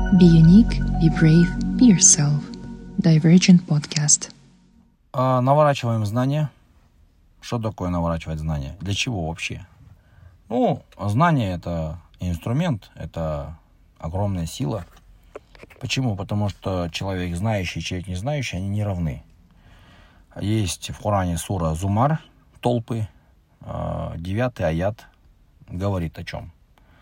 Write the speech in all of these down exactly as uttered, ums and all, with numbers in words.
Be unique, be brave, be yourself. Divergent Podcast. А, наворачиваем знания. Что такое наворачивать знания? Для чего вообще? Ну, знание — это инструмент, это огромная сила. Почему? Потому что человек знающий и человек не знающий, они не равны. Есть в Коране сура Зумар, толпы, девятый аят говорит о чем.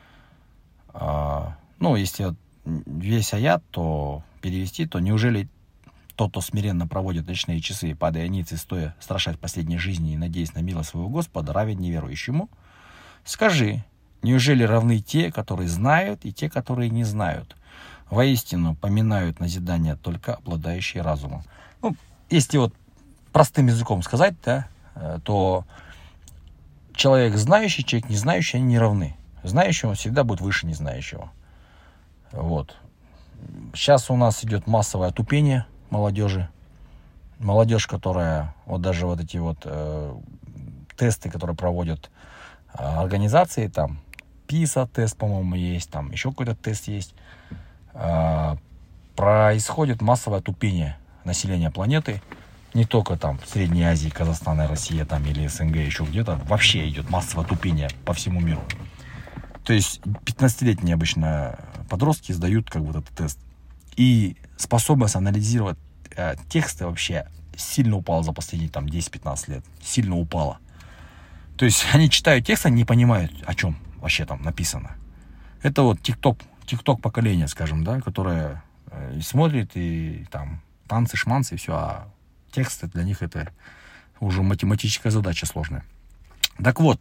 Ну, если весь аят, то перевести, то неужели тот, кто смиренно проводит ночные часы, падая ниц и стоя, страшась последней жизни и надеясь на милость своего Господа, равен неверующему? Скажи, неужели равны те, которые знают, и те, которые не знают? Воистину поминают назидание только обладающие разумом. Ну, если вот простым языком сказать, да, то человек знающий, человек не знающий, они не равны. Знающий он всегда будет выше незнающего. Вот. Сейчас у нас идет массовое отупение молодежи. Молодежь, которая, вот даже вот эти вот э, тесты, которые проводят э, организации, там, писа-тест, по-моему, есть, там, еще какой-то тест есть, э, происходит массовое отупение населения планеты. Не только там в Средней Азии, Казахстан, Россия, там, или СНГ, еще где-то. Вообще идет массовое отупение по всему миру. То есть пятнадцатилетние обычно подростки сдают как бы этот тест. И способность анализировать э, тексты вообще сильно упала за последние там десять-пятнадцать лет. Сильно упала. То есть они читают текст, они не понимают, о чем вообще там написано. Это вот тикток, тикток поколение, скажем, да, которое э, смотрит и там танцы, шманцы и все, а тексты для них это уже математическая задача сложная. Так вот,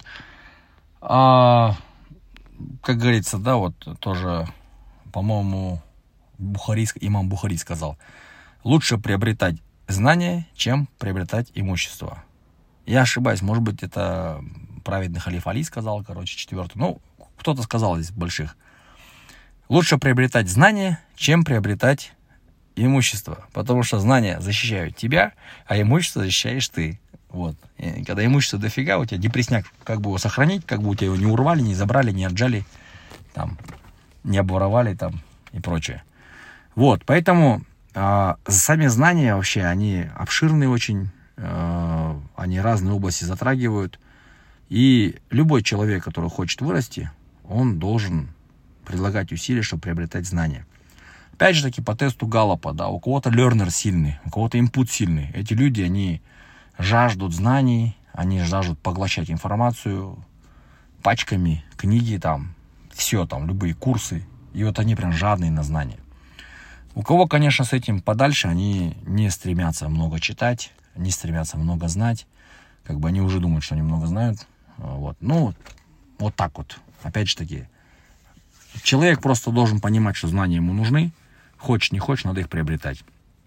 а, как говорится, да, вот тоже, по-моему, Бухари, имам Бухари сказал: лучше приобретать знания, чем приобретать имущество. Я ошибаюсь, может быть, это праведный халиф Али сказал, короче, четвертый. Ну, кто-то сказал из больших. Лучше приобретать знания, чем приобретать имущество. Потому что знания защищают тебя, а имущество защищаешь ты. Вот. И когда имущество дофига, у тебя депресняк, как бы его сохранить, как бы у тебя его не урвали, не забрали, не отжали, там, не обворовали там и прочее. Вот, поэтому э, сами знания вообще, они обширные очень, э, они разные области затрагивают. И любой человек, который хочет вырасти, он должен прилагать усилия, чтобы приобретать знания. Опять же таки, по тесту Галлопа, да, у кого-то learner сильный, у кого-то input сильный. Эти люди, они жаждут знаний, они жаждут поглощать информацию пачками, книги там, все там, любые курсы. И вот они прям жадные на знания. У кого, конечно, с этим подальше, они не стремятся много читать, не стремятся много знать. Как бы они уже думают, что они много знают. Вот. Ну, вот так вот. Опять же таки, человек просто должен понимать, что знания ему нужны. Хочешь, не хочешь, надо их приобретать.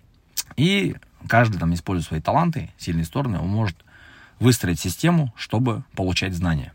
И каждый там, используя свои таланты, сильные стороны, он может выстроить систему, чтобы получать знания.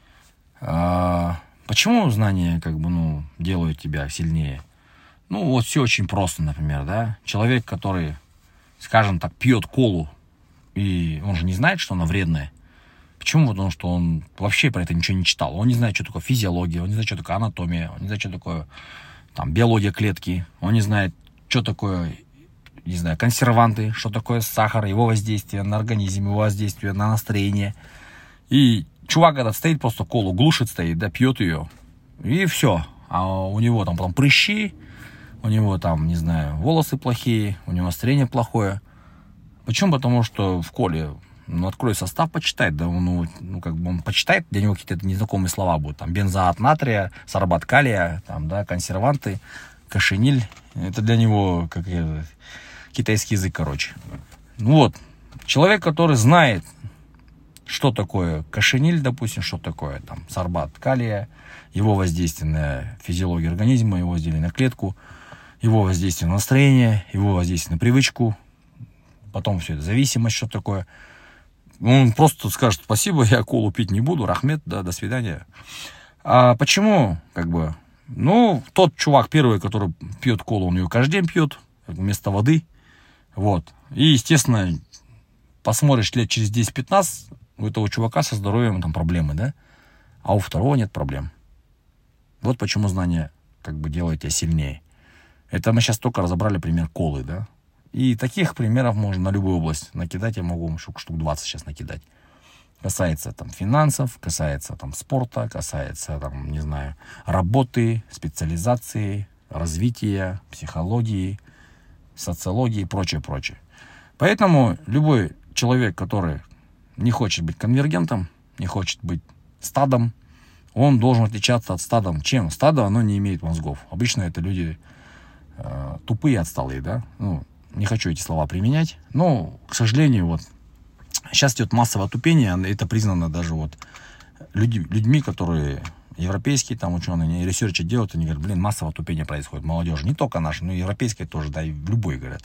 А почему знания как бы, ну, делают тебя сильнее? Ну, вот все очень просто, например, да. Человек, который, скажем так, пьет колу, и он же не знает, что она вредная. Почему? Потому что он вообще про это ничего не читал. Он не знает, что такое физиология, он не знает, что такое анатомия, он не знает, что такое там биология клетки, он не знает, что такое, не знаю, консерванты, что такое сахар, его воздействие на организм, его воздействие на настроение. И чувак этот стоит, просто колу глушит, стоит, да, пьет ее, и все. А у него там потом прыщи, у него там, не знаю, волосы плохие, у него настроение плохое. Почему? Потому что в коле, ну, открой состав, почитай, да, ну, ну, как бы он почитает, для него какие-то незнакомые слова будут, там, бензоат натрия, сорбат калия, там, да, консерванты, кошениль, это для него, как китайский язык, короче. Ну, вот, человек, который знает, что такое кошениль, допустим, что такое, там, сорбат калия, его воздействие на физиологию организма, его воздействие на клетку, его воздействие на настроение, его воздействие на привычку, потом все это зависимость, что такое. Он просто скажет: спасибо, я колу пить не буду, рахмет, да, до свидания. А почему, как бы, ну, тот чувак первый, который пьет колу, он ее каждый день пьет, вместо воды, вот. И, естественно, посмотришь лет через десять-пятнадцать, у этого чувака со здоровьем там проблемы, да, а у второго нет проблем. Вот почему знание как бы делает тебя сильнее. Это мы сейчас только разобрали пример колы, да. И таких примеров можно на любую область накидать. Я могу штук, штук двадцать сейчас накидать. Касается там финансов, касается там спорта, касается там, не знаю, работы, специализации, развития, психологии, социологии и прочее, прочее. Поэтому любой человек, который не хочет быть конвергентом, не хочет быть стадом, он должен отличаться от стада. Чем? Стадо, оно не имеет мозгов. Обычно это люди э, тупые, отсталые, да. Ну, не хочу эти слова применять, но, к сожалению, вот сейчас идет массовое отупение, это признано даже вот люди, людьми, которые европейские там ученые, ресерчи делают, они говорят, блин, массовое отупение происходит, молодежи, не только наши, но и европейские тоже, да, и любой говорят.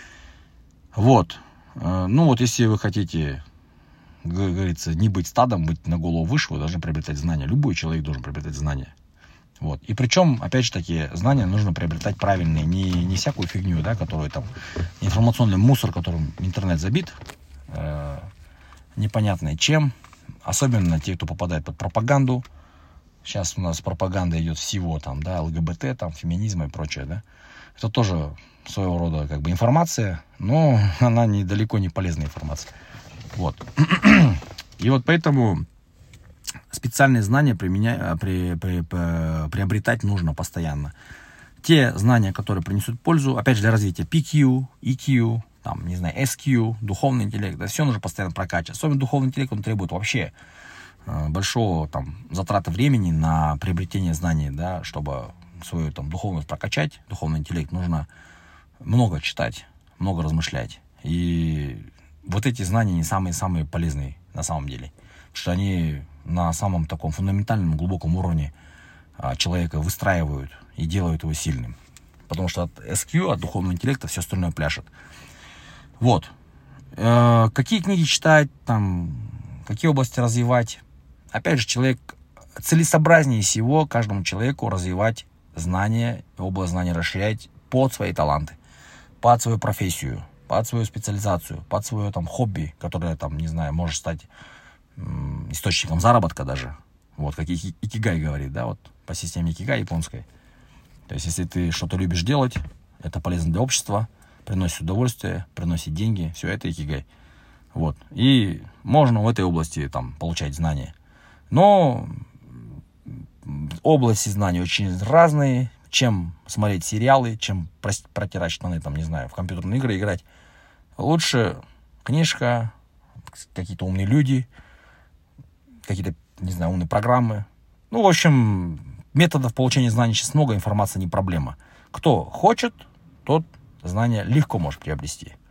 Вот, ну вот если вы хотите, как говорится, не быть стадом, быть на голову выше, вы должны приобретать знания, любой человек должен приобретать знания. Вот. И причем, опять же таки, знания нужно приобретать правильные, не, не всякую фигню, да, которую там, информационный мусор, которым интернет забит, э, непонятно чем, особенно те, кто попадает под пропаганду. Сейчас у нас пропаганда идет всего там, да, ЛГБТ, там, феминизма и прочее, да. Это тоже своего рода как бы информация, но она не, далеко не полезная информация. Вот. И вот поэтому специальные знания применя... при... При... При... приобретать нужно постоянно. Те знания, которые принесут пользу, опять же, для развития пи кью, и кью, там, не знаю, эс кью, духовный интеллект, да, все нужно постоянно прокачивать. Особенно духовный интеллект, он требует вообще э, большого там затраты времени на приобретение знаний, да, чтобы свою там духовность прокачать, духовный интеллект, нужно много читать, много размышлять. И вот эти знания не самые-самые полезные на самом деле, потому что они на самом таком фундаментальном, глубоком уровне а, человека выстраивают и делают его сильным. Потому что от эс кью, от духовного интеллекта все остальное пляшет. Вот. Э, какие книги читать, там, какие области развивать. Опять же, человек, целесообразнее всего каждому человеку развивать знания, область знаний расширять под свои таланты, под свою профессию, под свою специализацию, под свое там хобби, которое там, не знаю, может стать м, источником заработка даже. Вот, как икигай говорит, да, вот по системе икигай японской. То есть, если ты что-то любишь делать, это полезно для общества, приносит удовольствие, приносит деньги, все это икигай. Вот. И можно в этой области там получать знания. Но области знаний очень разные. Чем смотреть сериалы, чем протирать штаны, там, не знаю, в компьютерные игры играть. Лучше книжка, какие-то умные люди, какие-то, не знаю, умные программы. Ну, в общем, методов получения знаний сейчас много, информация не проблема. Кто хочет, тот знания легко может приобрести.